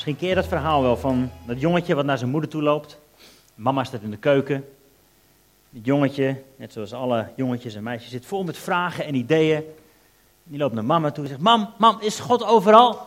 Misschien ken je dat verhaal wel van dat jongetje wat naar zijn moeder toe loopt. Mama staat in de keuken. Het jongetje, net zoals alle jongetjes en meisjes, zit vol met vragen en ideeën. Die loopt naar mama toe en zegt, mam, is God overal?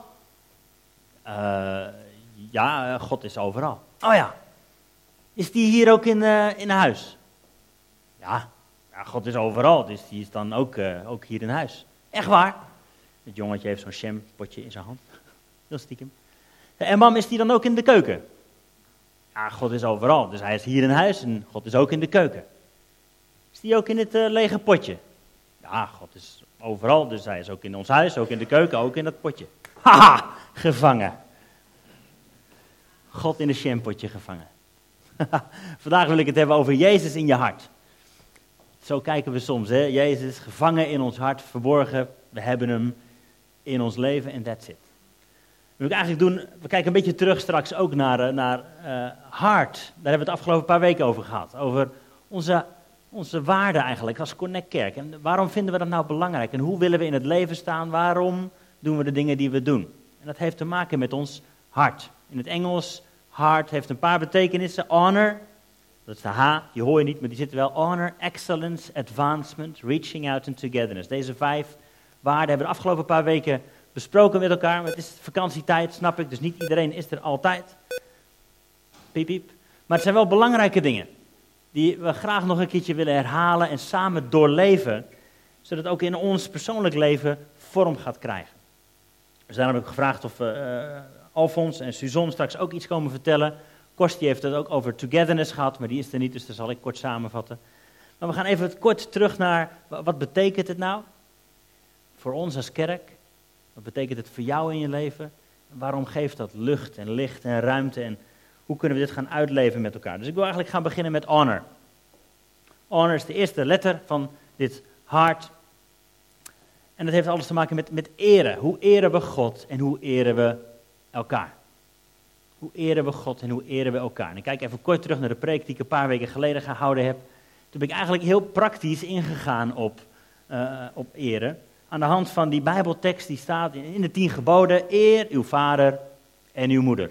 Ja, God is overal. Oh ja, is die hier ook in huis? Ja, God is overal, dus die is dan ook hier in huis. Echt waar? Het jongetje heeft zo'n shampotje in zijn hand. Heel stiekem. En mam, is die dan ook in de keuken? Ja, God is overal, dus hij is hier in huis en God is ook in de keuken. Is die ook in het lege potje? Ja, God is overal, dus hij is ook in ons huis, ook in de keuken, ook in dat potje. Haha, gevangen. God in een shampotje gevangen. Vandaag wil ik het hebben over Jezus in je hart. Zo kijken we soms, hè? Jezus gevangen in ons hart, verborgen. We hebben hem in ons leven en that's it. Wat wil ik eigenlijk doen, we kijken een beetje terug straks ook naar hart. Daar hebben we het afgelopen paar weken over gehad. Over onze waarde eigenlijk als Connect Kerk. En waarom vinden we dat nou belangrijk? En hoe willen we in het leven staan? Waarom doen we de dingen die we doen? En dat heeft te maken met ons hart. In het Engels, heart heeft een paar betekenissen. Honor, dat is de H, die hoor je niet, maar die zit er wel. Honor, excellence, advancement, reaching out and togetherness. Deze 5 waarden hebben we de afgelopen paar weken besproken met elkaar. Maar het is vakantietijd, snap ik, dus niet iedereen is er altijd. Piep, piep. Maar het zijn wel belangrijke dingen die we graag nog een keertje willen herhalen en samen doorleven, zodat het ook in ons persoonlijk leven vorm gaat krijgen. Dus daarom heb ik gevraagd of Alfons en Suzanne straks ook iets komen vertellen. Kosti heeft het ook over togetherness gehad, maar die is er niet, dus dat zal ik kort samenvatten. Maar we gaan even kort terug naar, wat betekent het nou voor ons als kerk? Wat betekent het voor jou in je leven? Waarom geeft dat lucht en licht en ruimte en hoe kunnen we dit gaan uitleven met elkaar? Dus ik wil eigenlijk gaan beginnen met honor. Honor is de eerste letter van dit hart. En dat heeft alles te maken met eren. Hoe eren we God en hoe eren we elkaar? Hoe eren we God en hoe eren we elkaar? En ik kijk even kort terug naar de preek die ik een paar weken geleden gehouden heb. Toen ben ik eigenlijk heel praktisch ingegaan op eren. Aan de hand van die Bijbeltekst die staat in de 10 geboden. Eer uw vader en uw moeder.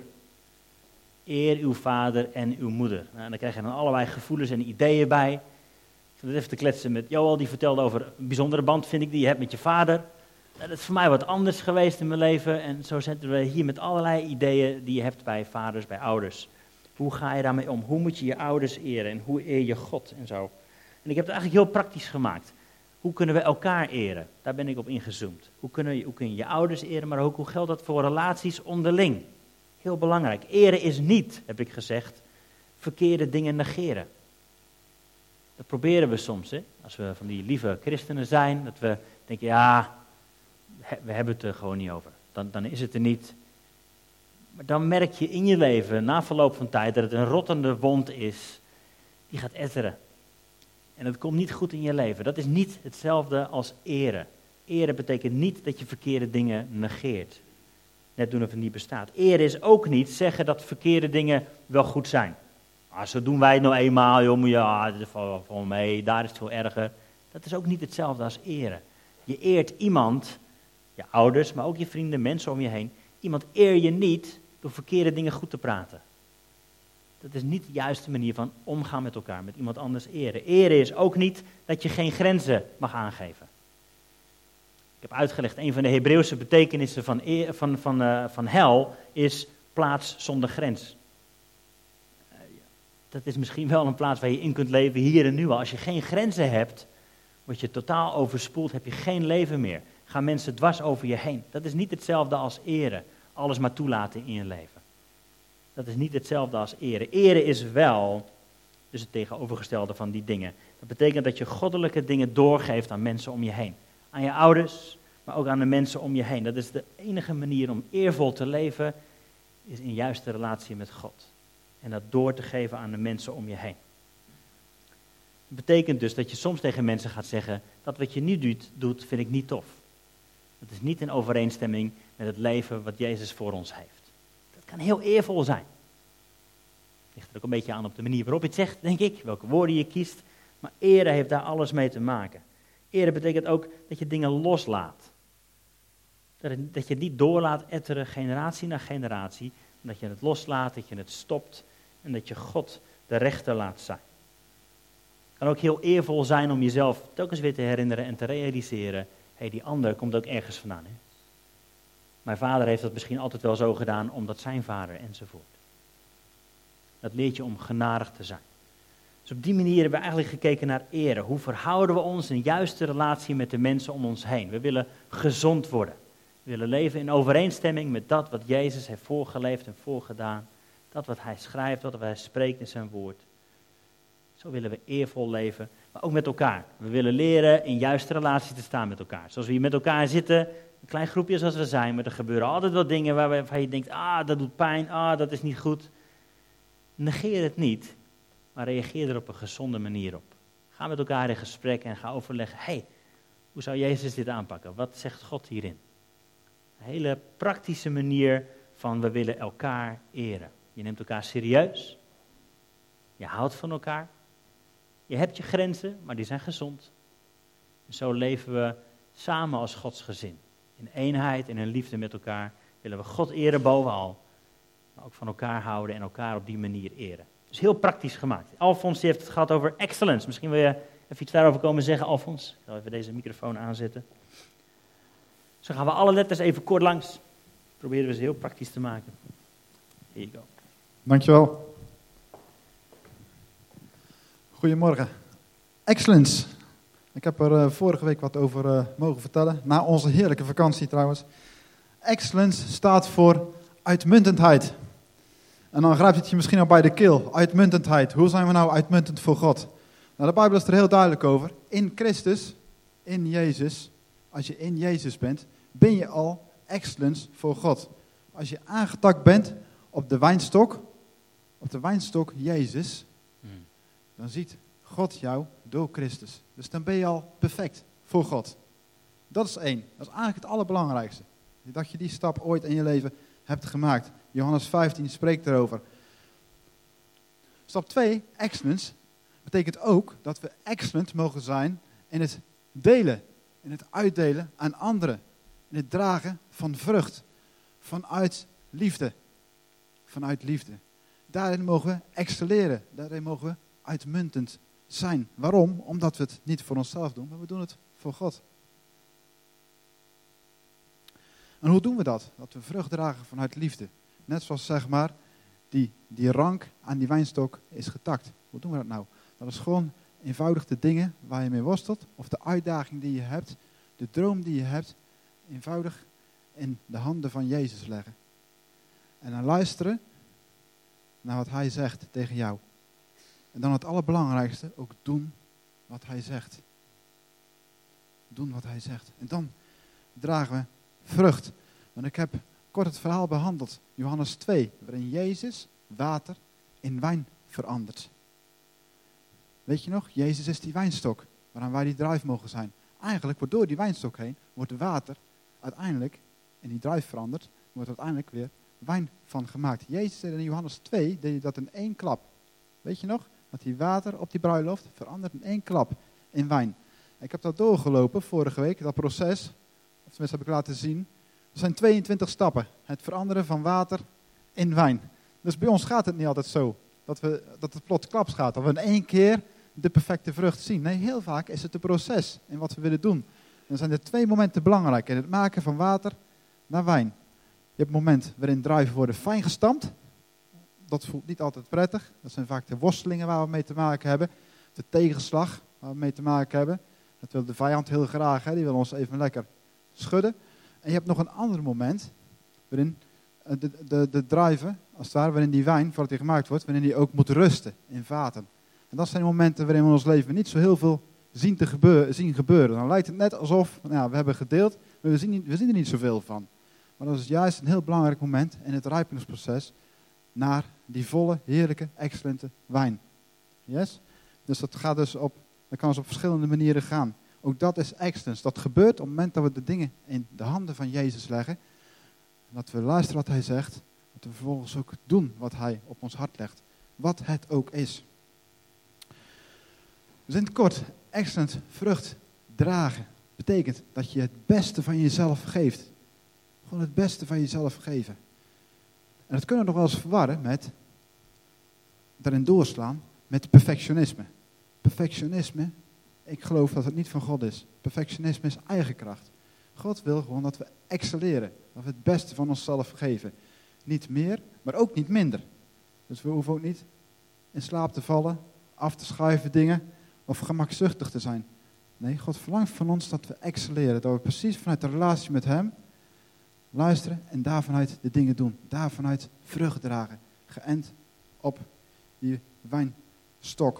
Eer uw vader en uw moeder. Nou, dan krijg je dan allerlei gevoelens en ideeën bij. Ik zat even te kletsen met Joel, die vertelde over een bijzondere band, vind ik, die je hebt met je vader. Nou, dat is voor mij wat anders geweest in mijn leven. En zo zitten we hier met allerlei ideeën die je hebt bij vaders, bij ouders. Hoe ga je daarmee om? Hoe moet je je ouders eren? En hoe eer je God en zo? En ik heb het eigenlijk heel praktisch gemaakt. Hoe kunnen we elkaar eren? Daar ben ik op ingezoomd. Hoe kun je je ouders eren, maar ook hoe geldt dat voor relaties onderling? Heel belangrijk. Eren is niet, heb ik gezegd, verkeerde dingen negeren. Dat proberen we soms, hè? Als we van die lieve christenen zijn, dat we denken, ja, we hebben het er gewoon niet over. Dan is het er niet. Maar dan merk je in je leven, na verloop van tijd, dat het een rottende wond is, die gaat etteren. En dat komt niet goed in je leven. Dat is niet hetzelfde als eren. Eren betekent niet dat je verkeerde dingen negeert. Net doen of het niet bestaat. Eren is ook niet zeggen dat verkeerde dingen wel goed zijn. Zo doen wij het nou eenmaal, joh, ja, dat valt wel mee, daar is het veel erger. Dat is ook niet hetzelfde als eren. Je eert iemand, je ouders, maar ook je vrienden, mensen om je heen. Iemand eer je niet door verkeerde dingen goed te praten. Dat is niet de juiste manier van omgaan met elkaar, met iemand anders eren. Eren is ook niet dat je geen mag aangeven. Ik heb uitgelegd, een van de Hebreeuwse betekenissen van hel is plaats zonder grens. Dat is misschien wel een plaats waar je in kunt leven hier en nu al. Als je geen grenzen hebt, word je totaal overspoeld, heb je geen leven meer. Gaan mensen dwars over je heen. Dat is niet hetzelfde als eren. Alles maar toelaten in je leven. Dat is niet hetzelfde als eren. Eren is wel, dus het tegenovergestelde van die dingen. Dat betekent dat je goddelijke dingen doorgeeft aan mensen om je heen. Aan je ouders, maar ook aan de mensen om je heen. Dat is de enige manier om eervol te leven, is in juiste relatie met God. En dat door te geven aan de mensen om je heen. Dat betekent dus dat je soms tegen mensen gaat zeggen, dat wat je nu doet, vind ik niet tof. Dat is niet in overeenstemming met het leven wat Jezus voor ons heeft. Dat kan heel eervol zijn. Het ligt er ook een beetje aan op de manier waarop je het zegt, denk ik, welke woorden je kiest. Maar eren heeft daar alles mee te maken. Eren betekent ook dat je dingen loslaat. Dat je het niet doorlaat etteren generatie na generatie, Dat je het loslaat, dat je het stopt en dat je God de rechter laat zijn. Het kan ook heel eervol zijn om jezelf telkens weer te herinneren en te realiseren, hé, die ander komt ook ergens vandaan. Hè? Mijn vader heeft dat misschien altijd wel zo gedaan, omdat zijn vader enzovoort. Dat leert je om genadig te zijn. Dus op die manier hebben we eigenlijk gekeken naar ere. Hoe verhouden we ons in juiste relatie met de mensen om ons heen? We willen gezond worden. We willen leven in overeenstemming met dat wat Jezus heeft voorgeleefd en voorgedaan. Dat wat hij schrijft, dat wat hij spreekt in zijn woord. Zo willen we eervol leven, maar ook met elkaar. We willen leren in juiste relatie te staan met elkaar. Zoals we hier met elkaar zitten, een klein groepje zoals we zijn, maar er gebeuren altijd wat dingen waarvan je denkt, dat doet pijn, dat is niet goed. Negeer het niet, maar reageer er op een gezonde manier op. Ga met elkaar in gesprek en ga overleggen, hoe zou Jezus dit aanpakken? Wat zegt God hierin? Een hele praktische manier van we willen elkaar eren. Je neemt elkaar serieus, je houdt van elkaar, je hebt je grenzen, maar die zijn gezond. En zo leven we samen als Gods gezin. In eenheid en in liefde met elkaar willen we God eren bovenal, maar ook van elkaar houden en elkaar op die manier eren. Dus heel praktisch gemaakt. Alfons heeft het gehad over excellence. Misschien wil je even iets daarover komen zeggen, Alfons. Ik zal even deze microfoon aanzetten. Zo gaan we alle letters even kort langs. Proberen we ze heel praktisch te maken. Here you go. Dankjewel. Goedemorgen. Excellence. Ik heb er vorige week wat over mogen vertellen. Na onze heerlijke vakantie trouwens. Excellence staat voor uitmuntendheid. En dan grijpt het je misschien al bij de keel. Uitmuntendheid. Hoe zijn we nou uitmuntend voor God? Nou, de Bijbel is er heel duidelijk over. In Christus, in Jezus, als je in Jezus bent, ben je al excellence voor God. Als je aangetakt bent op de wijnstok Jezus, dan ziet God jou door Christus. Dus dan ben je al perfect voor God. Dat is 1. Dat is eigenlijk het allerbelangrijkste. Dat je die stap ooit in je leven hebt gemaakt. Johannes 15 spreekt erover. Stap 2, excellence, betekent ook dat we excellent mogen zijn in het delen. In het uitdelen aan anderen. In het dragen van vrucht. Vanuit liefde. Vanuit liefde. Daarin mogen we excelleren. Daarin mogen we uitmuntend zijn. Waarom? Omdat we het niet voor onszelf doen, maar we doen het voor God. En hoe doen we dat? Dat we vrucht dragen vanuit liefde. Net zoals zeg maar, die rank aan die wijnstok is getakt. Hoe doen we dat nou? Dat is gewoon eenvoudig de dingen waar je mee worstelt, of de uitdaging die je hebt, de droom die je hebt, eenvoudig in de handen van Jezus leggen. En dan luisteren naar wat hij zegt tegen jou. En dan het allerbelangrijkste, ook doen wat hij zegt. Doen wat hij zegt. En dan dragen we vrucht. Want ik heb kort het verhaal behandeld. Johannes 2, waarin Jezus water in wijn verandert. Weet je nog? Jezus is die wijnstok, waaraan wij die druif mogen zijn. Eigenlijk wordt door die wijnstok heen, wordt water uiteindelijk in die druif veranderd, wordt uiteindelijk weer wijn van gemaakt. Jezus deed in Johannes 2, deed dat in 1 klap. Weet je nog? Dat die water op die bruiloft verandert in 1 klap in wijn. Ik heb dat doorgelopen vorige week, dat proces, of tenminste heb ik laten zien. Er zijn 22 stappen. Het veranderen van water in wijn. Dus bij ons gaat het niet altijd zo. Dat het plotsklaps gaat. Dat we in 1 keer de perfecte vrucht zien. Nee, heel vaak is het een proces in wat we willen doen. En dan zijn er 2 momenten belangrijk. In het maken van water naar wijn. Je hebt het moment waarin druiven worden fijn gestampt. Dat voelt niet altijd prettig. Dat zijn vaak de worstelingen waar we mee te maken hebben. De tegenslag waar we mee te maken hebben. Dat wil de vijand heel graag. Hè? Die wil ons even lekker schudden. En je hebt nog een ander moment waarin de druiven, als het ware, waarin die wijn, voordat die gemaakt wordt, waarin die ook moet rusten in vaten. En dat zijn de momenten waarin we in ons leven niet zo heel veel zien gebeuren. Dan lijkt het net alsof, we hebben gedeeld, maar we zien er niet zoveel van. Maar dat is juist een heel belangrijk moment in het rijpeningsproces naar die volle, heerlijke, excellente wijn. Yes? Dus dat kan dus op verschillende manieren gaan. Ook dat is excellence. Dat gebeurt op het moment dat we de dingen in de handen van Jezus leggen. Dat we luisteren wat hij zegt. Dat we vervolgens ook doen wat hij op ons hart legt. Wat het ook is. Dus in het kort, excellent vrucht dragen. Betekent dat je het beste van jezelf geeft. Gewoon het beste van jezelf geven. En dat kunnen we nog wel eens verwarren met, daarin doorslaan, met perfectionisme. Perfectionisme, ik geloof dat het niet van God is. Perfectionisme is eigen kracht. God wil gewoon dat we excelleren, dat we het beste van onszelf geven. Niet meer, maar ook niet minder. Dus we hoeven ook niet in slaap te vallen, af te schuiven dingen of gemakzuchtig te zijn. Nee, God verlangt van ons dat we excelleren, dat we precies vanuit de relatie met Hem luisteren en daarvanuit de dingen doen. Daarvanuit vrucht dragen, geënt op die wijnstok.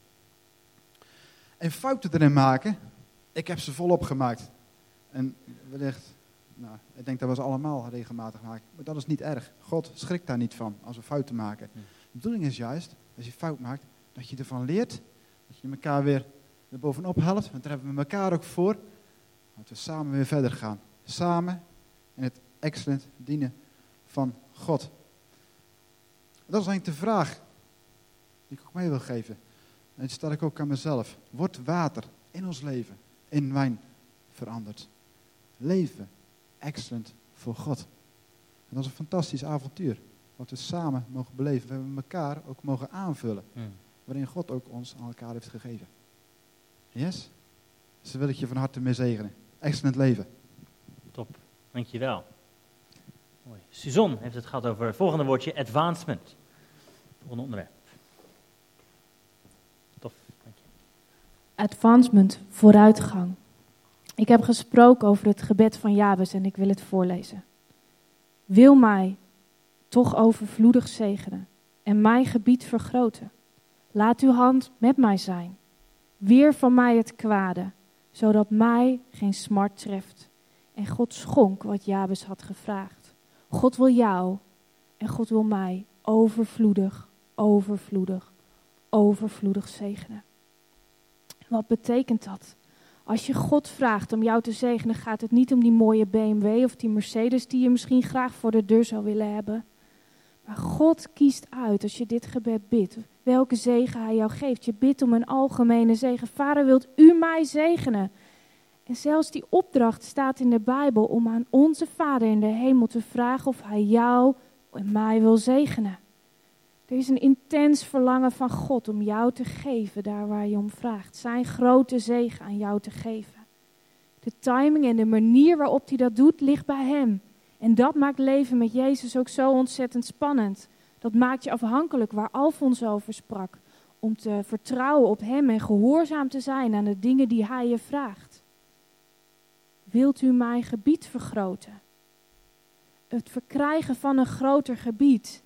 En fouten erin maken, ik heb ze volop gemaakt. En wellicht, ik denk dat we ze allemaal regelmatig maken. Maar dat is niet erg. God schrikt daar niet van als we fouten maken. De bedoeling is juist, als je fout maakt, dat je ervan leert. Dat je elkaar weer er bovenop helpt. Want daar hebben we elkaar ook voor. Dat we samen weer verder gaan. Samen in het excellent dienen van God. Dat is eigenlijk de vraag die ik ook mee wil geven. En die stel ik ook aan mezelf. Wordt water in ons leven in wijn veranderd? Leven excellent voor God. En dat is een fantastisch avontuur. Wat we samen mogen beleven. We hebben elkaar ook mogen aanvullen. Waarin God ook ons aan elkaar heeft gegeven. Yes? Dus daar wil ik je van harte mee zegenen. Excellent leven. Top, dankjewel. Mooi. Suzanne heeft het gehad over het volgende woordje, advancement. Volgende onderwerp. Tof, dank je. Advancement, vooruitgang. Ik heb gesproken over het gebed van Jabes en ik wil het voorlezen. Wil mij toch overvloedig zegenen en mijn gebied vergroten. Laat uw hand met mij zijn. Weer van mij het kwade, zodat mij geen smart treft. En God schonk wat Jabes had gevraagd. God wil jou en God wil mij overvloedig, overvloedig, overvloedig zegenen. Wat betekent dat? Als je God vraagt om jou te zegenen, gaat het niet om die mooie BMW of die Mercedes die je misschien graag voor de deur zou willen hebben. Maar God kiest uit, als je dit gebed bidt, welke zegen hij jou geeft. Je bidt om een algemene zegen. Vader, wilt u mij zegenen? En zelfs die opdracht staat in de Bijbel om aan onze Vader in de hemel te vragen of hij jou en mij wil zegenen. Er is een intens verlangen van God om jou te geven daar waar je om vraagt. Zijn grote zegen aan jou te geven. De timing en de manier waarop hij dat doet ligt bij hem. En dat maakt leven met Jezus ook zo ontzettend spannend. Dat maakt je afhankelijk waar Alfons over sprak. Om te vertrouwen op hem en gehoorzaam te zijn aan de dingen die hij je vraagt. Wilt u mijn gebied vergroten? Het verkrijgen van een groter gebied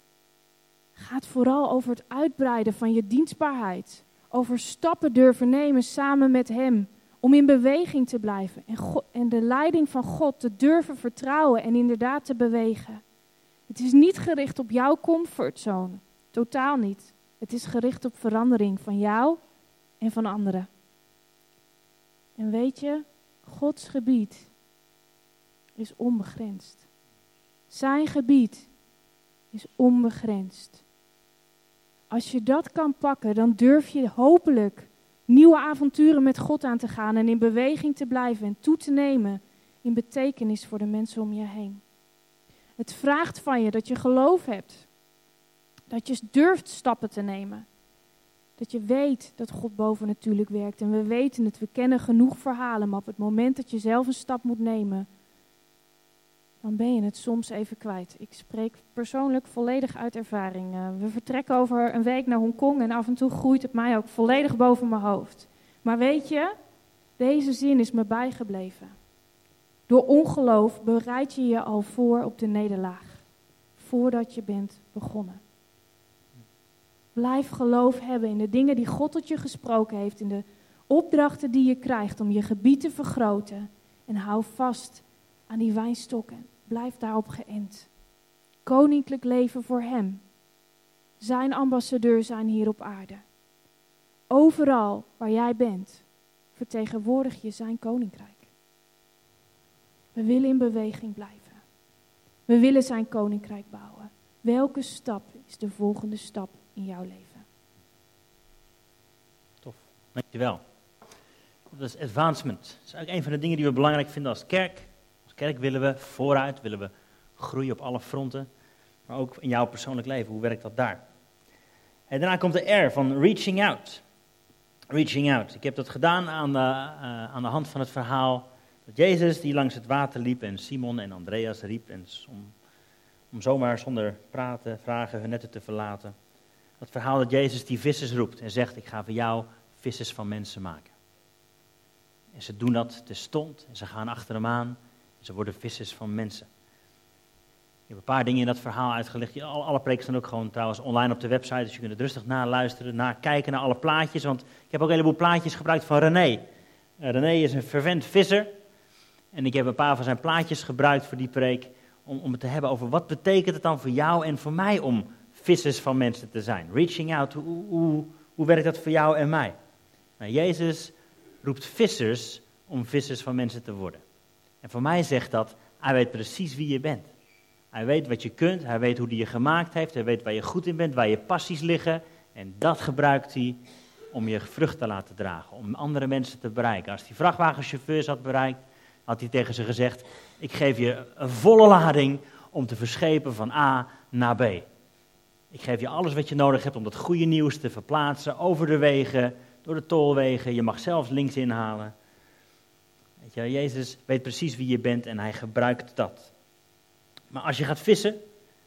gaat vooral over het uitbreiden van je dienstbaarheid. Over stappen durven nemen samen met hem. Om in beweging te blijven. En de leiding van God te durven vertrouwen en inderdaad te bewegen. Het is niet gericht op jouw comfortzone. Totaal niet. Het is gericht op verandering van jou en van anderen. En weet je, Gods gebied is onbegrensd. Zijn gebied is onbegrensd. Als je dat kan pakken, dan durf je hopelijk nieuwe avonturen met God aan te gaan en in beweging te blijven en toe te nemen in betekenis voor de mensen om je heen. Het vraagt van je dat je geloof hebt. Dat je durft stappen te nemen. Dat je weet dat God bovennatuurlijk werkt. En we weten het, we kennen genoeg verhalen, maar op het moment dat je zelf een stap moet nemen, dan ben je het soms even kwijt. Ik spreek persoonlijk volledig uit ervaring. We vertrekken over een week naar Hongkong en af en toe groeit het mij ook volledig boven mijn hoofd. Maar weet je, deze zin is me bijgebleven. Door ongeloof bereid je je al voor op de nederlaag, voordat je bent begonnen. Blijf geloof hebben in de dingen die God tot je gesproken heeft, in de opdrachten die je krijgt om je gebied te vergroten. En hou vast aan die wijnstokken. Blijf daarop geënt. Koninklijk leven voor hem. Zijn ambassadeur zijn hier op aarde. Overal waar jij bent, vertegenwoordig je zijn koninkrijk. We willen in beweging blijven. We willen zijn koninkrijk bouwen. Welke stap is de volgende stap in jouw leven? Tof, dankjewel. Dat is advancement. Dat is eigenlijk een van de dingen die we belangrijk vinden als kerk. Als kerk willen we vooruit, willen we groeien op alle fronten. Maar ook in jouw persoonlijk leven, hoe werkt dat daar? En daarna komt de R van reaching out. Reaching out. Ik heb dat gedaan aan de hand van het verhaal dat Jezus die langs het water liep en Simon en Andreas riep en om zomaar zonder praten, vragen hun netten te verlaten. Dat verhaal dat Jezus die vissers roept en zegt, ik ga voor jou vissers van mensen maken. En ze doen dat terstond en ze gaan achter hem aan en ze worden vissers van mensen. Ik heb een paar dingen in dat verhaal uitgelegd. Alle preken staan ook gewoon trouwens online op de website, dus je kunt het rustig naluisteren, nakijken naar alle plaatjes. Want ik heb ook een heleboel plaatjes gebruikt van René. René is een fervent visser en ik heb een paar van zijn plaatjes gebruikt voor die preek om het te hebben over wat betekent het dan voor jou en voor mij om vissers van mensen te zijn. Reaching out, hoe werkt dat voor jou en mij? Nou, Jezus roept vissers om vissers van mensen te worden. En voor mij zegt dat, hij weet precies wie je bent. Hij weet wat je kunt, hij weet hoe hij je gemaakt heeft, hij weet waar je goed in bent, waar je passies liggen. En dat gebruikt hij om je vrucht te laten dragen, om andere mensen te bereiken. Als hij vrachtwagenchauffeurs had bereikt, had hij tegen ze gezegd, ik geef je een volle lading om te verschepen van A naar B. Ik geef je alles wat je nodig hebt om dat goede nieuws te verplaatsen, over de wegen, door de tolwegen, je mag zelfs links inhalen. Weet je, Jezus weet precies wie je bent en hij gebruikt dat. Maar als je gaat vissen,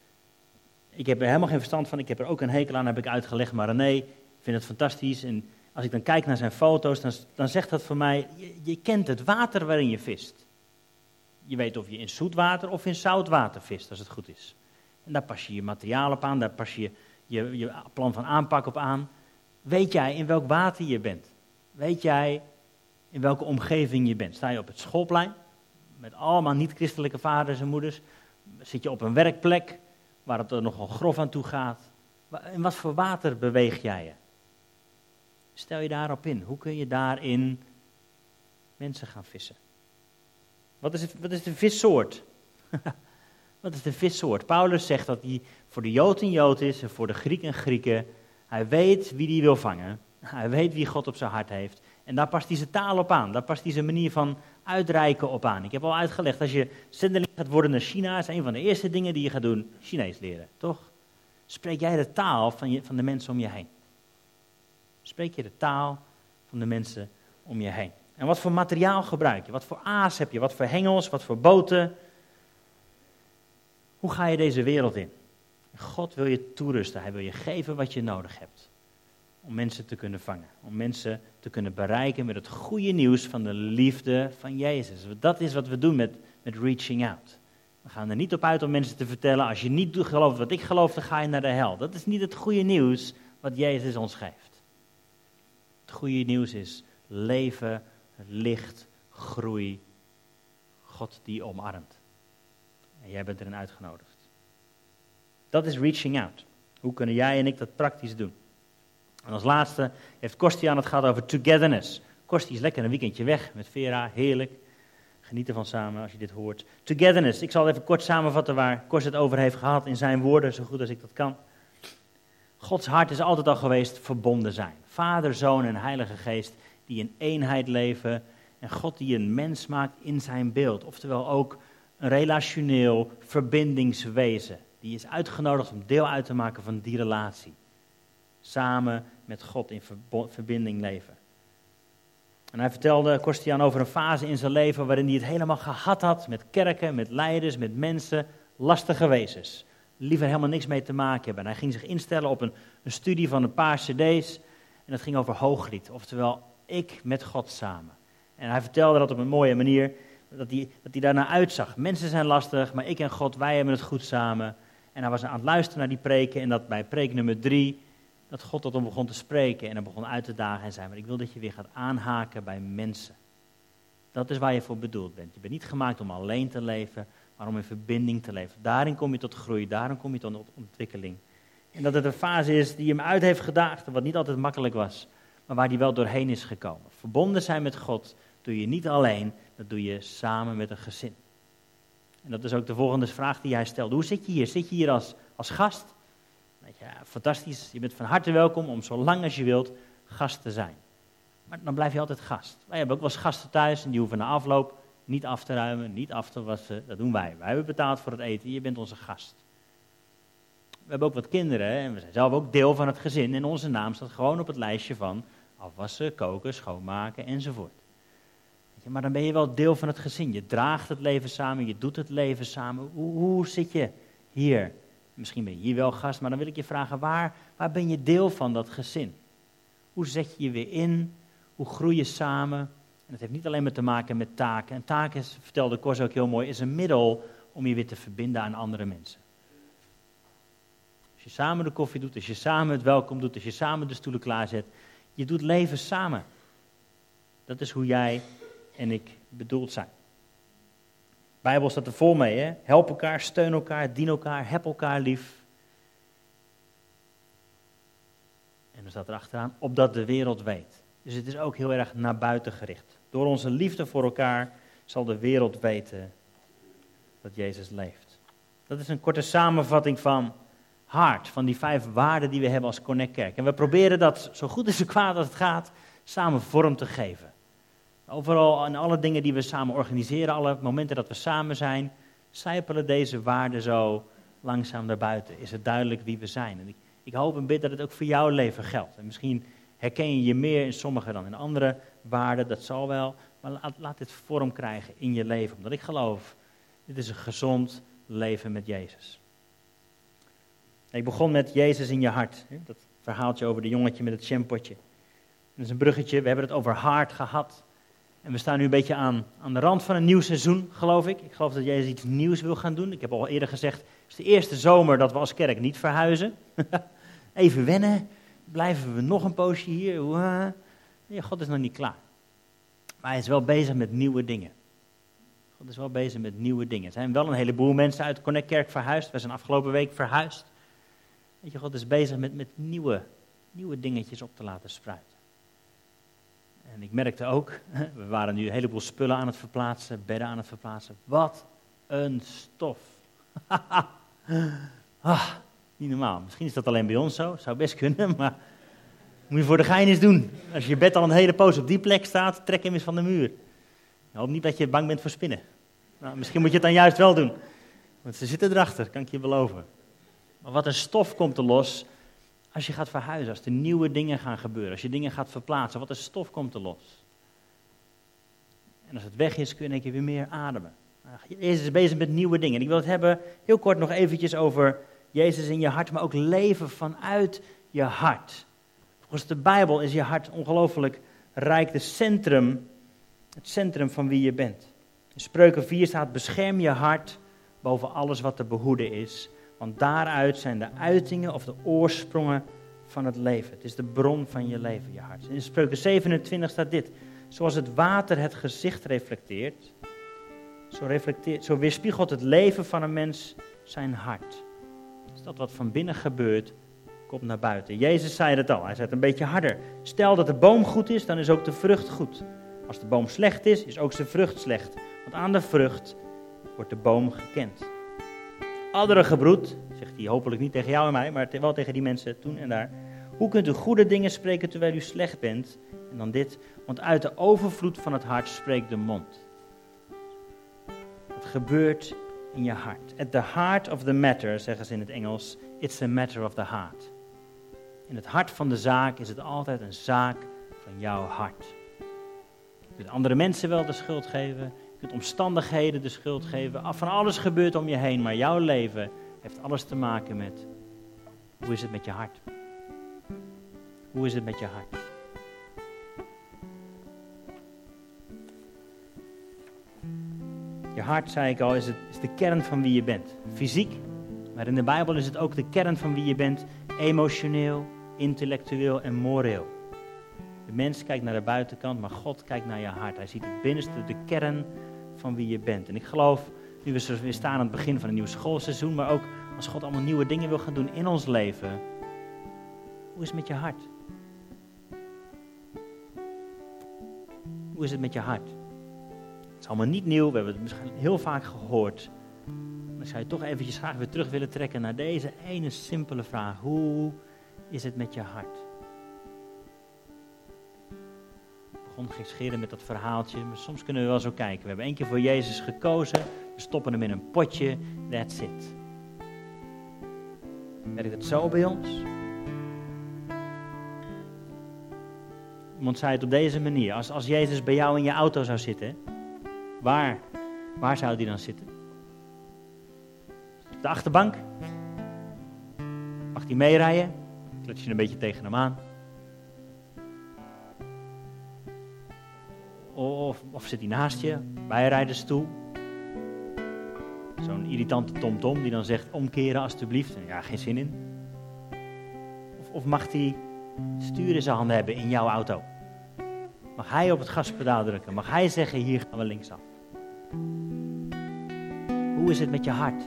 ik heb er helemaal geen verstand van, ik heb er ook een hekel aan, heb ik uitgelegd, maar René vindt het fantastisch. En als ik dan kijk naar zijn foto's, dan zegt dat voor mij, je kent het water waarin je vist. Je weet of je in zoet water of in zout water vist, als het goed is. En daar pas je je materiaal op aan, daar pas je je plan van aanpak op aan. Weet jij in welk water je bent? Weet jij in welke omgeving je bent? Sta je op het schoolplein, met allemaal niet-christelijke vaders en moeders? Zit je op een werkplek, waar het er nogal grof aan toe gaat? In wat voor water beweeg jij je? Stel je daarop in. Hoe kun je daarin mensen gaan vissen? Wat is de vissoort? Wat is de vissoort? Paulus zegt dat hij voor de Jood een Jood is en voor de Griek een Grieke. Hij weet wie hij wil vangen. Hij weet wie God op zijn hart heeft. En daar past hij zijn taal op aan. Daar past hij zijn manier van uitreiken op aan. Ik heb al uitgelegd, als je zendeling gaat worden naar China, is een van de eerste dingen die je gaat doen, Chinees leren, toch? Spreek jij de taal van de mensen om je heen? Spreek je de taal van de mensen om je heen? En wat voor materiaal gebruik je? Wat voor aas heb je? Wat voor hengels? Wat voor boten? Hoe ga je deze wereld in? God wil je toerusten. Hij wil je geven wat je nodig hebt. Om mensen te kunnen vangen. Om mensen te kunnen bereiken met het goede nieuws van de liefde van Jezus. Dat is wat we doen met reaching out. We gaan er niet op uit om mensen te vertellen, als je niet gelooft wat ik geloof, dan ga je naar de hel. Dat is niet het goede nieuws wat Jezus ons geeft. Het goede nieuws is leven, licht, groei, God die omarmt. En jij bent erin uitgenodigd. Dat is reaching out. Hoe kunnen jij en ik dat praktisch doen? En als laatste heeft Kostiaan het gehad over togetherness. Kosti is lekker een weekendje weg met Vera, heerlijk. Geniet ervan samen als je dit hoort. Togetherness, ik zal even kort samenvatten waar Kost het over heeft gehad in zijn woorden, zo goed als ik dat kan. Gods hart is altijd al geweest verbonden zijn. Vader, Zoon en Heilige Geest die in eenheid leven. En God die een mens maakt in zijn beeld. Oftewel ook een relationeel verbindingswezen. Die is uitgenodigd om deel uit te maken van die relatie. Samen met God in verbinding leven. En hij vertelde Kostiaan over een fase in zijn leven waarin hij het helemaal gehad had met kerken, met leiders, met mensen, lastige wezens. Liever helemaal niks mee te maken hebben. En hij ging zich instellen op een studie van een paar cd's en dat ging over Hooglied, oftewel ik met God samen. En hij vertelde dat op een mooie manier, dat hij daarnaar uitzag. Mensen zijn lastig, maar ik en God, wij hebben het goed samen. En hij was aan het luisteren naar die preken en dat bij preek nummer 3... dat God tot hem begon te spreken en hem begon uit te dagen en zei, maar ik wil dat je weer gaat aanhaken bij mensen. Dat is waar je voor bedoeld bent. Je bent niet gemaakt om alleen te leven, maar om in verbinding te leven. Daarin kom je tot groei, daarin kom je tot ontwikkeling. En dat het een fase is die hem uit heeft gedaagd, wat niet altijd makkelijk was, maar waar hij wel doorheen is gekomen. Verbonden zijn met God doe je niet alleen, dat doe je samen met een gezin. En dat is ook de volgende vraag die hij stelde. Hoe zit je hier? Zit je hier als gast? Ja, fantastisch, je bent van harte welkom om zo lang als je wilt gast te zijn. Maar dan blijf je altijd gast. Wij hebben ook wel eens gasten thuis en die hoeven na afloop niet af te ruimen, niet af te wassen. Dat doen wij. Wij hebben betaald voor het eten, je bent onze gast. We hebben ook wat kinderen hè, en we zijn zelf ook deel van het gezin. En onze naam staat gewoon op het lijstje van afwassen, koken, schoonmaken enzovoort. Weet je, maar dan ben je wel deel van het gezin. Je draagt het leven samen, je doet het leven samen. Hoe zit je hier? Misschien ben je hier wel gast, maar dan wil ik je vragen, waar ben je deel van dat gezin? Hoe zet je je weer in? Hoe groei je samen? En dat heeft niet alleen maar te maken met taken. En taken, vertelde Cors ook heel mooi, is een middel om je weer te verbinden aan andere mensen. Als je samen de koffie doet, als je samen het welkom doet, als je samen de stoelen klaarzet, je doet leven samen. Dat is hoe jij en ik bedoeld zijn. De Bijbel staat er vol mee, hè? Help elkaar, steun elkaar, dien elkaar, heb elkaar lief. En dan staat er achteraan, opdat de wereld weet. Dus het is ook heel erg naar buiten gericht. Door onze liefde voor elkaar zal de wereld weten dat Jezus leeft. Dat is een korte samenvatting van hart, van die 5 waarden die we hebben als Connect Kerk. En we proberen dat zo goed en zo kwaad als het gaat samen vorm te geven. Overal en alle dingen die we samen organiseren, alle momenten dat we samen zijn, sijpelen deze waarden zo langzaam naar buiten. Is het duidelijk wie we zijn. En ik hoop en bid dat het ook voor jouw leven geldt. En misschien herken je je meer in sommige dan in andere waarden, dat zal wel. Maar laat dit vorm krijgen in je leven. Omdat ik geloof, dit is een gezond leven met Jezus. Ik begon met Jezus in je hart. Dat verhaaltje over de jongetje met het jampotje. Dat is een bruggetje, we hebben het over hart gehad. En we staan nu een beetje aan de rand van een nieuw seizoen, geloof ik. Ik geloof dat Jezus iets nieuws wil gaan doen. Ik heb al eerder gezegd, het is de eerste zomer dat we als kerk niet verhuizen. Even wennen, blijven we nog een poosje hier. Ja, God is nog niet klaar. Maar hij is wel bezig met nieuwe dingen. God is wel bezig met nieuwe dingen. Er zijn wel een heleboel mensen uit de Connect Kerk verhuisd. We zijn afgelopen week verhuisd. Weet je, God is bezig met nieuwe dingetjes op te laten spruiten. En ik merkte ook, we waren nu een heleboel spullen aan het verplaatsen, bedden aan het verplaatsen. Wat een stof. Niet normaal. Misschien is dat alleen bij ons zo, zou best kunnen, maar moet je voor de gein eens doen. Als je bed al een hele poos op die plek staat, trek hem eens van de muur. Ik hoop niet dat je bang bent voor spinnen. Nou, misschien moet je het dan juist wel doen. Want ze zitten erachter, kan ik je beloven. Maar wat een stof komt er los als je gaat verhuizen, als er nieuwe dingen gaan gebeuren, als je dingen gaat verplaatsen, wat een stof komt er los. En als het weg is, kun je in één keer weer meer ademen. Jezus is bezig met nieuwe dingen. En ik wil het hebben, heel kort nog eventjes over Jezus in je hart, maar ook leven vanuit je hart. Volgens de Bijbel is je hart ongelooflijk rijk, het centrum van wie je bent. In Spreuken 4 staat, bescherm je hart boven alles wat te behoeden is. Want daaruit zijn de uitingen of de oorsprongen van het leven. Het is de bron van je leven, je hart. In Spreuken 27 staat dit. Zoals het water het gezicht reflecteert, zo weerspiegelt het leven van een mens zijn hart. Dus dat wat van binnen gebeurt, komt naar buiten. Jezus zei het al, hij zei het een beetje harder. Stel dat de boom goed is, dan is ook de vrucht goed. Als de boom slecht is ook zijn vrucht slecht. Want aan de vrucht wordt de boom gekend. Adderige broed, zegt hij hopelijk niet tegen jou en mij, maar wel tegen die mensen toen en daar. Hoe kunt u goede dingen spreken terwijl u slecht bent? En dan dit, want uit de overvloed van het hart spreekt de mond. Het gebeurt in je hart. At the heart of the matter, zeggen ze in het Engels, it's a matter of the heart. In het hart van de zaak is het altijd een zaak van jouw hart. Je kunt andere mensen wel de schuld geven, je kunt omstandigheden de schuld geven, van alles gebeurt om je heen, maar jouw leven heeft alles te maken met, hoe is het met je hart? Hoe is het met je hart? Je hart, zei ik al, is de kern van wie je bent. Fysiek, maar in de Bijbel is het ook de kern van wie je bent. Emotioneel, intellectueel en moreel. De mens kijkt naar de buitenkant, maar God kijkt naar je hart. Hij ziet het binnenste, de kern van wie je bent. En ik geloof, nu we weer staan aan het begin van een nieuw schoolseizoen, maar ook als God allemaal nieuwe dingen wil gaan doen in ons leven. Hoe is het met je hart? Hoe is het met je hart? Het is allemaal niet nieuw, we hebben het misschien heel vaak gehoord. Maar ik zou je toch eventjes graag weer terug willen trekken naar deze ene simpele vraag. Hoe is het met je hart? Ik begon gescheren met dat verhaaltje, maar soms kunnen we wel zo kijken. We hebben 1 keer voor Jezus gekozen, we stoppen hem in een potje, that's it. Werkt het zo bij ons? Iemand zei het op deze manier. Als Jezus bij jou in je auto zou zitten, waar zou die dan zitten? Op de achterbank? Mag hij meerijden? Klets je een beetje tegen hem aan? Of zit hij naast je, bijrijdersstoel? Zo'n irritante tomtom die dan zegt, omkeren alstublieft. Ja, geen zin in. Of mag hij het stuur in zijn handen hebben in jouw auto? Mag hij op het gaspedaal drukken? Mag hij zeggen, hier gaan we linksaf? Hoe is het met je hart?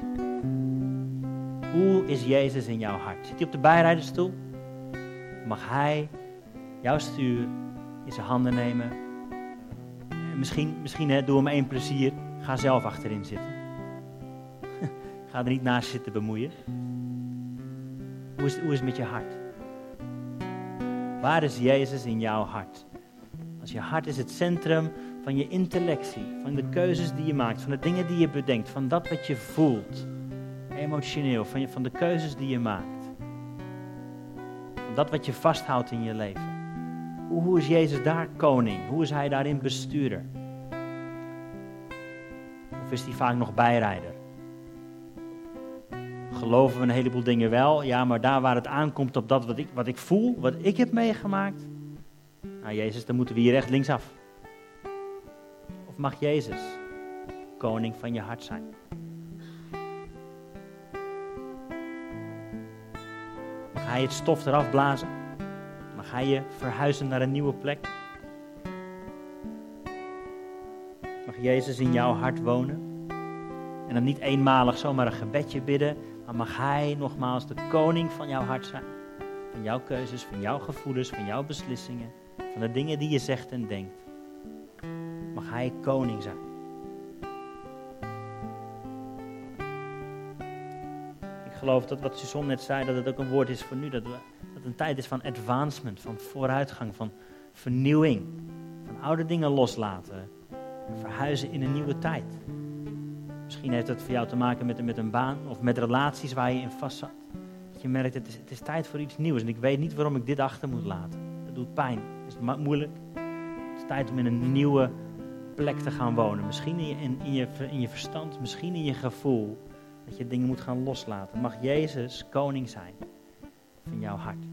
Hoe is Jezus in jouw hart? Zit hij op de bijrijdersstoel? Mag hij jouw stuur in zijn handen nemen? Misschien doe hem één plezier. Ga zelf achterin zitten. Ga er niet naast zitten bemoeien. Hoe is het met je hart? Waar is Jezus in jouw hart? Als je hart is het centrum van je intellectie, van de keuzes die je maakt, van de dingen die je bedenkt, van dat wat je voelt, emotioneel, van de keuzes die je maakt. Van dat wat je vasthoudt in je leven. Hoe is Jezus daar koning? Hoe is hij daarin bestuurder? Of is hij vaak nog bijrijder? Geloven we een heleboel dingen wel, ja, maar daar waar het aankomt op dat wat ik voel, wat ik heb meegemaakt, nou Jezus, dan moeten we hier echt linksaf. Of mag Jezus koning van je hart zijn? Mag hij het stof eraf blazen? Mag hij je verhuizen naar een nieuwe plek? Mag Jezus in jouw hart wonen? En dan niet eenmalig zomaar een gebedje bidden, maar mag hij nogmaals de koning van jouw hart zijn? Van jouw keuzes, van jouw gevoelens, van jouw beslissingen, van de dingen die je zegt en denkt. Mag hij koning zijn? Ik geloof dat wat Suzanne net zei, dat het ook een woord is voor nu. Dat het een tijd is van advancement, van vooruitgang, van vernieuwing. Van oude dingen loslaten. En verhuizen in een nieuwe tijd. Misschien heeft het voor jou te maken met een baan of met relaties waar je in vast zat. Dat je merkt, het is tijd voor iets nieuws. En ik weet niet waarom ik dit achter moet laten. Dat doet pijn. Het is moeilijk. Het is tijd om in een nieuwe plek te gaan wonen. Misschien in je verstand, misschien in je gevoel. Dat je dingen moet gaan loslaten. Mag Jezus koning zijn van jouw hart.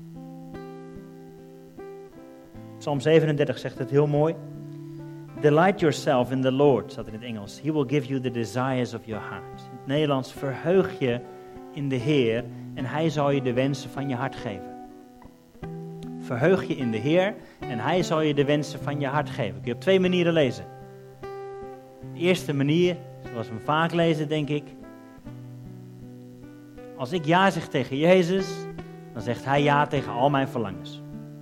Psalm 37 zegt het heel mooi. Delight yourself in the Lord, staat in het Engels. He will give you the desires of your heart. In het Nederlands, verheug je in de Heer en Hij zal je de wensen van je hart geven. Verheug je in de Heer en Hij zal je de wensen van je hart geven. Kun je op 2 manieren lezen. De eerste manier, zoals we vaak lezen, denk ik. Als ik ja zeg tegen Jezus, dan zegt Hij ja tegen al mijn verlangens.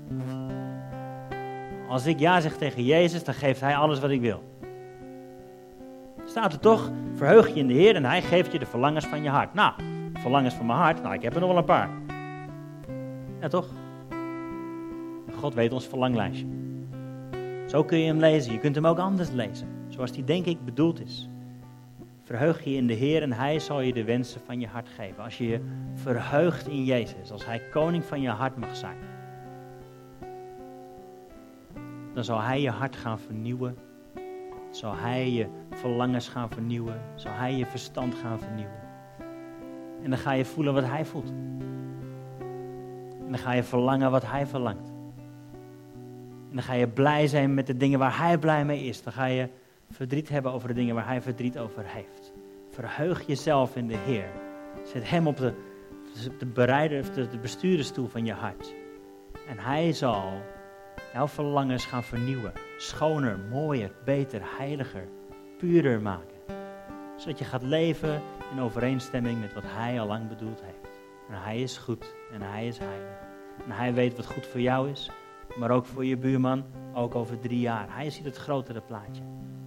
Als ik ja zeg tegen Jezus, dan geeft Hij alles wat ik wil. Staat er toch, verheug je in de Heer en Hij geeft je de verlangens van je hart. Nou, verlangens van mijn hart, nou ik heb er nog wel een paar. Ja toch? God weet ons verlanglijstje. Zo kun je hem lezen, je kunt hem ook anders lezen. Zoals die denk ik bedoeld is. Verheug je in de Heer en Hij zal je de wensen van je hart geven. Als je je verheugt in Jezus, als Hij koning van je hart mag zijn. Dan zal Hij je hart gaan vernieuwen. Zal Hij je verlangens gaan vernieuwen. Zal Hij je verstand gaan vernieuwen. En dan ga je voelen wat Hij voelt. En dan ga je verlangen wat Hij verlangt. En dan ga je blij zijn met de dingen waar Hij blij mee is. Dan ga je verdriet hebben over de dingen waar Hij verdriet over heeft. Verheug jezelf in de Heer. Zet Hem op de bestuurdersstoel van je hart. En Hij zal jouw verlangens gaan vernieuwen. Schoner, mooier, beter, heiliger, puurder maken. Zodat je gaat leven in overeenstemming met wat Hij al lang bedoeld heeft. En Hij is goed en Hij is heilig. En Hij weet wat goed voor jou is, maar ook voor je buurman, ook over 3 jaar. Hij ziet het grotere plaatje.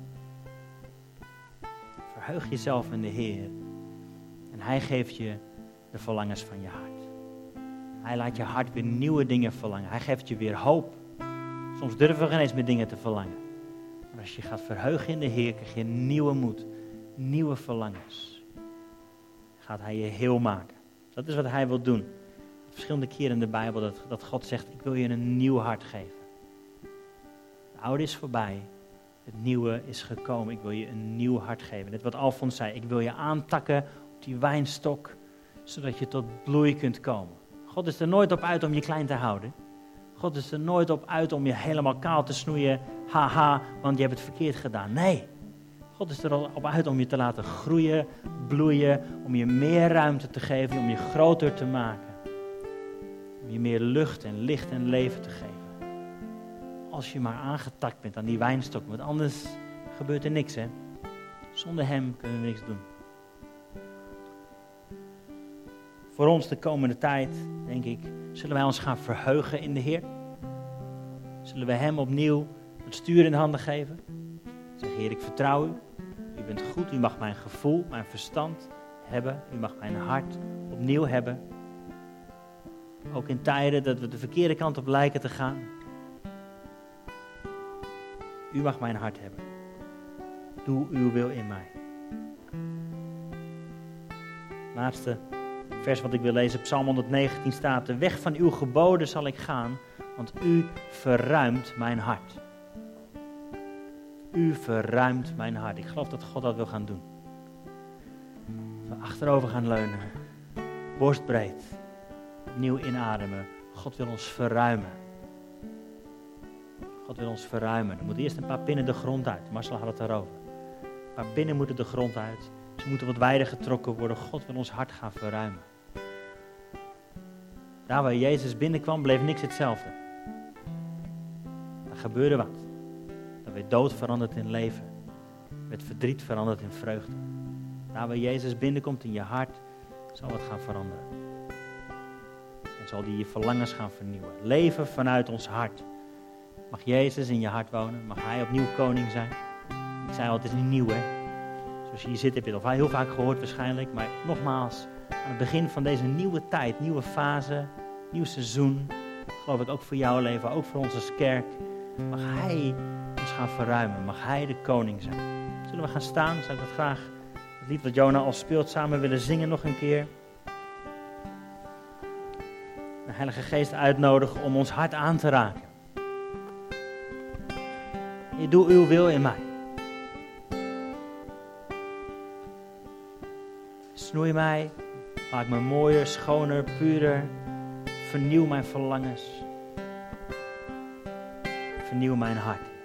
Verheug jezelf in de Heer. En Hij geeft je de verlangens van je hart. Hij laat je hart weer nieuwe dingen verlangen. Hij geeft je weer hoop. Soms durven we geen eens meer dingen te verlangen. Maar als je gaat verheugen in de Heer, krijg je nieuwe moed, nieuwe verlangens. Gaat Hij je heel maken. Dat is wat hij wil doen. Verschillende keren in de Bijbel dat God zegt, ik wil je een nieuw hart geven. Het oude is voorbij, het nieuwe is gekomen. Ik wil je een nieuw hart geven. Net wat Alfons zei, ik wil je aantakken op die wijnstok, zodat je tot bloei kunt komen. God is er nooit op uit om je klein te houden. God is er nooit op uit om je helemaal kaal te snoeien, haha, want je hebt het verkeerd gedaan. Nee, God is er op uit om je te laten groeien, bloeien, om je meer ruimte te geven, om je groter te maken. Om je meer lucht en licht en leven te geven. Als je maar aangetakt bent aan die wijnstok, want anders gebeurt er niks, hè. Zonder hem kunnen we niks doen. Voor ons de komende tijd, denk ik, zullen wij ons gaan verheugen in de Heer. Zullen we hem opnieuw het stuur in de handen geven. Zeg, Heer, ik vertrouw u. U bent goed, u mag mijn gevoel, mijn verstand hebben. U mag mijn hart opnieuw hebben. Ook in tijden dat we de verkeerde kant op lijken te gaan. U mag mijn hart hebben. Doe uw wil in mij. Laatste vers wat ik wil lezen, Psalm 119 staat, de weg van uw geboden zal ik gaan, want u verruimt mijn hart. U verruimt mijn hart. Ik geloof dat God dat wil gaan doen. We achterover gaan leunen, borstbreed, opnieuw inademen. God wil ons verruimen. God wil ons verruimen. Er moet eerst een paar pinnen de grond uit. Marcel had het daarover. Een paar pinnen moeten de grond uit. Ze moeten wat wijder getrokken worden. God wil ons hart gaan verruimen. Daar waar Jezus binnenkwam, bleef niks hetzelfde. Er gebeurde wat. Er werd dood veranderd in leven. Er werd verdriet veranderd in vreugde. Daar waar Jezus binnenkomt in je hart, zal het gaan veranderen. En zal die je verlangens gaan vernieuwen. Leven vanuit ons hart. Mag Jezus in je hart wonen? Mag Hij opnieuw koning zijn? Ik zei al, het is niet nieuw, hè. Zoals je hier zit, heb je het al heel vaak gehoord waarschijnlijk. Maar nogmaals, aan het begin van deze nieuwe tijd, nieuwe fase, nieuw seizoen, geloof ik ook voor jouw leven, ook voor ons als kerk, mag Hij ons gaan verruimen. Mag Hij de koning zijn. Zullen we gaan staan? Zou ik dat graag, het lied wat Jona al speelt, samen willen zingen nog een keer. De Heilige Geest uitnodigen om ons hart aan te raken. Doe uw wil in mij. Snoei mij, maak me mooier, schoner, puurder. Vernieuw mijn verlangens. Vernieuw mijn hart.